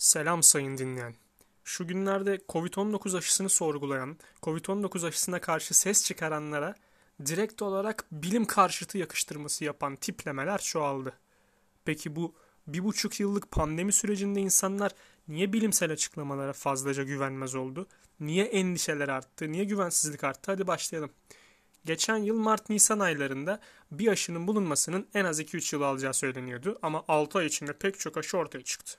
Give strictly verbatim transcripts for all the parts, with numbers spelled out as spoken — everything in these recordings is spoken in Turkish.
Selam sayın dinleyen. Şu günlerde covid on dokuz aşısını sorgulayan, covid on dokuz aşısına karşı ses çıkaranlara direkt olarak bilim karşıtı yakıştırması yapan tiplemeler çoğaldı. Peki bu bir buçuk yıllık pandemi sürecinde insanlar niye bilimsel açıklamalara fazlaca güvenmez oldu? Niye endişeler arttı? Niye güvensizlik arttı? Hadi başlayalım. Geçen yıl Mart-Nisan aylarında bir aşının bulunmasının en az iki üç yıl alacağı söyleniyordu ama altı ay içinde pek çok aşı ortaya çıktı.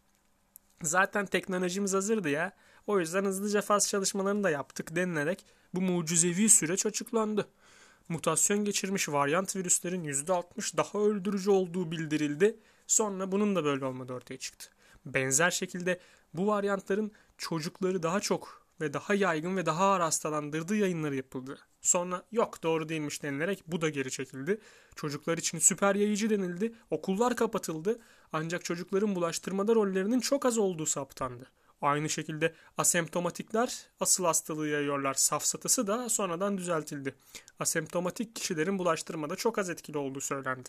Zaten teknolojimiz hazırdı ya. O yüzden hızlıca faz çalışmalarını da yaptık denilerek bu mucizevi süreç açıklandı. Mutasyon geçirmiş varyant virüslerin yüzde altmış daha öldürücü olduğu bildirildi. Sonra bunun da böyle olmadığı ortaya çıktı. Benzer şekilde bu varyantların çocukları daha çok ve daha yaygın ve daha ağır hastalandırdığı yayınları yapıldı. Sonra yok doğru değilmiş denilerek bu da geri çekildi. Çocuklar için süper yayıcı denildi. Okullar kapatıldı. Ancak çocukların bulaştırmada rollerinin çok az olduğu saptandı. Aynı şekilde asemptomatikler asıl hastalığı yayıyorlar safsatası da sonradan düzeltildi. Asemptomatik kişilerin bulaştırmada çok az etkili olduğu söylendi.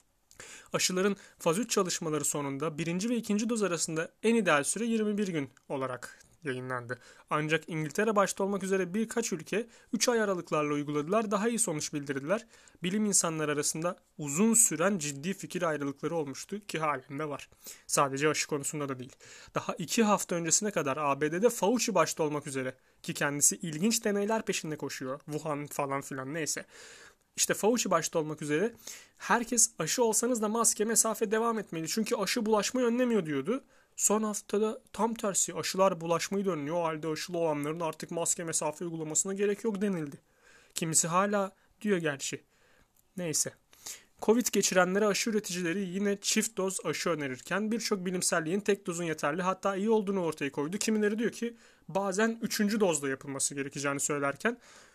Aşıların faz üç çalışmaları sonunda birinci ve ikinci doz arasında en ideal süre yirmi bir gün olarak yayınlandı. Ancak İngiltere başta olmak üzere birkaç ülke üç ay aralıklarla uyguladılar, daha iyi sonuç bildirdiler. Bilim insanları arasında uzun süren ciddi fikir ayrılıkları olmuştu ki halen de var. Sadece aşı konusunda da değil. Daha iki hafta öncesine kadar A B D'de Fauci başta olmak üzere ki kendisi ilginç deneyler peşinde koşuyor. Wuhan falan filan neyse. İşte Fauci başta olmak üzere herkes aşı olsanız da maske mesafe devam etmeli. Çünkü aşı bulaşmayı önlemiyor diyordu. Son haftada tam tersi aşılar bulaşmayı da önlüyor. O halde aşılı olanların artık maske mesafe uygulamasına gerek yok denildi. Kimisi hala diyor gerçi. Neyse. Covid geçirenlere aşı üreticileri yine çift doz aşı önerirken birçok bilimselliğin tek dozun yeterli hatta iyi olduğunu ortaya koydu. Kimileri diyor ki bazen üçüncü dozda yapılması gerekeceğini söylerken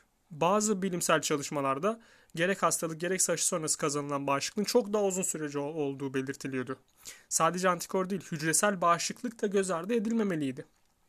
bazı bilimsel çalışmalarda gerek hastalık gerekse aşı sonrası kazanılan bağışıklığın çok daha uzun süreci olduğu belirtiliyordu. Sadece antikor değil, hücresel bağışıklık da göz ardı edilmemeliydi.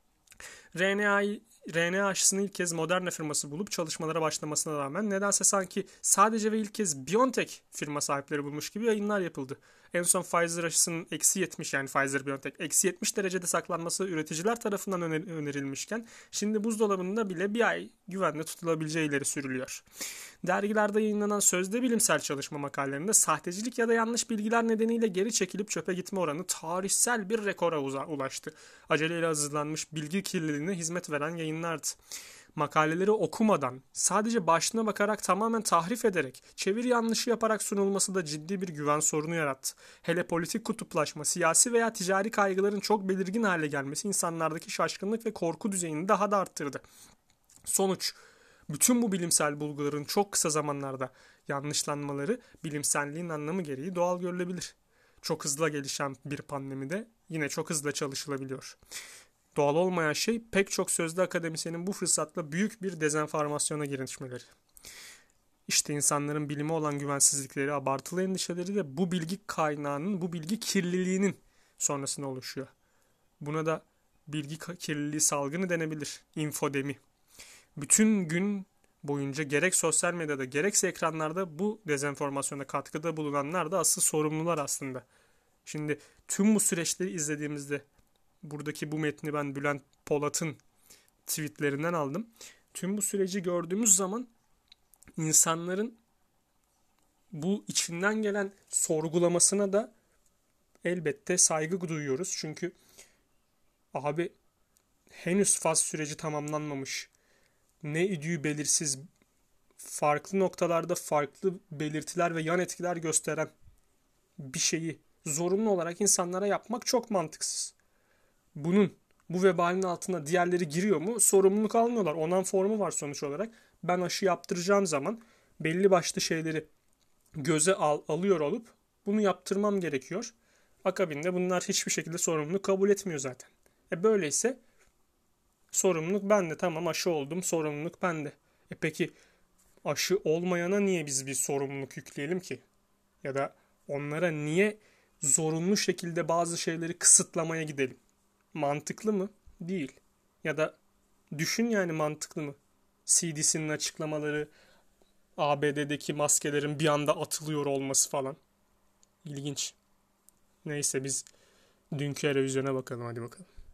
R N A'yı R N A aşısını ilk kez Moderna firması bulup çalışmalara başlamasına rağmen nedense sanki sadece ve ilk kez BioNTech firma sahipleri bulmuş gibi yayınlar yapıldı. En son Pfizer aşısının eksi yetmiş yani Pfizer-BioNTech eksi yetmiş derecede saklanması üreticiler tarafından önerilmişken şimdi buzdolabında bile bir ay güvenle tutulabileceği ileri sürülüyor. Dergilerde yayınlanan sözde bilimsel çalışma makalelerinde sahtecilik ya da yanlış bilgiler nedeniyle geri çekilip çöpe gitme oranı tarihsel bir rekora ulaştı. Aceleyle hazırlanmış bilgi kirliliğine hizmet veren yayınlardı. Makaleleri okumadan, sadece başına bakarak tamamen tahrif ederek, çeviri yanlışı yaparak sunulması da ciddi bir güven sorunu yarattı. Hele politik kutuplaşma, siyasi veya ticari kaygıların çok belirgin hale gelmesi insanlardaki şaşkınlık ve korku düzeyini daha da arttırdı. Sonuç, bütün bu bilimsel bulguların çok kısa zamanlarda yanlışlanmaları bilimselliğin anlamı gereği doğal görülebilir. Çok hızlı gelişen bir pandemide yine çok hızlı çalışılabiliyor. Doğal olmayan şey pek çok sözde akademisyenin bu fırsatla büyük bir dezenformasyona girişmeleri. İşte insanların bilime olan güvensizlikleri, abartılı endişeleri de bu bilgi kaynağının, bu bilgi kirliliğinin sonrasında oluşuyor. Buna da bilgi kirliliği salgını denebilir, infodemi. Bütün gün boyunca gerek sosyal medyada gerekse ekranlarda bu dezenformasyona katkıda bulunanlar da asıl sorumlular aslında. Şimdi tüm bu süreçleri izlediğimizde buradaki bu metni ben Bülent Polat'ın tweetlerinden aldım. Tüm bu süreci gördüğümüz zaman insanların bu içinden gelen sorgulamasına da elbette saygı duyuyoruz. Çünkü abi henüz faz süreci tamamlanmamış. Ne idüğü belirsiz, farklı noktalarda farklı belirtiler ve yan etkiler gösteren bir şeyi zorunlu olarak insanlara yapmak çok mantıksız. Bunun, bu vebalin altına diğerleri giriyor mu? Sorumluluk almıyorlar. Onan formu var sonuç olarak. Ben aşı yaptıracağım zaman belli başlı şeyleri göze al, alıyor olup bunu yaptırmam gerekiyor. Akabinde bunlar hiçbir şekilde sorumluluk kabul etmiyor zaten. E böyleyse sorumluluk bende. Tamam aşı oldum. Sorumluluk bende. E peki aşı olmayana niye biz bir sorumluluk yükleyelim ki? Ya da onlara niye zorunlu şekilde bazı şeyleri kısıtlamaya gidelim? Mantıklı mı? Değil. Ya da düşün yani mantıklı mı? C D C'nin açıklamaları, A B D'deki maskelerin bir anda atılıyor olması falan. İlginç. Neyse biz dünkü revizyona bakalım hadi bakalım.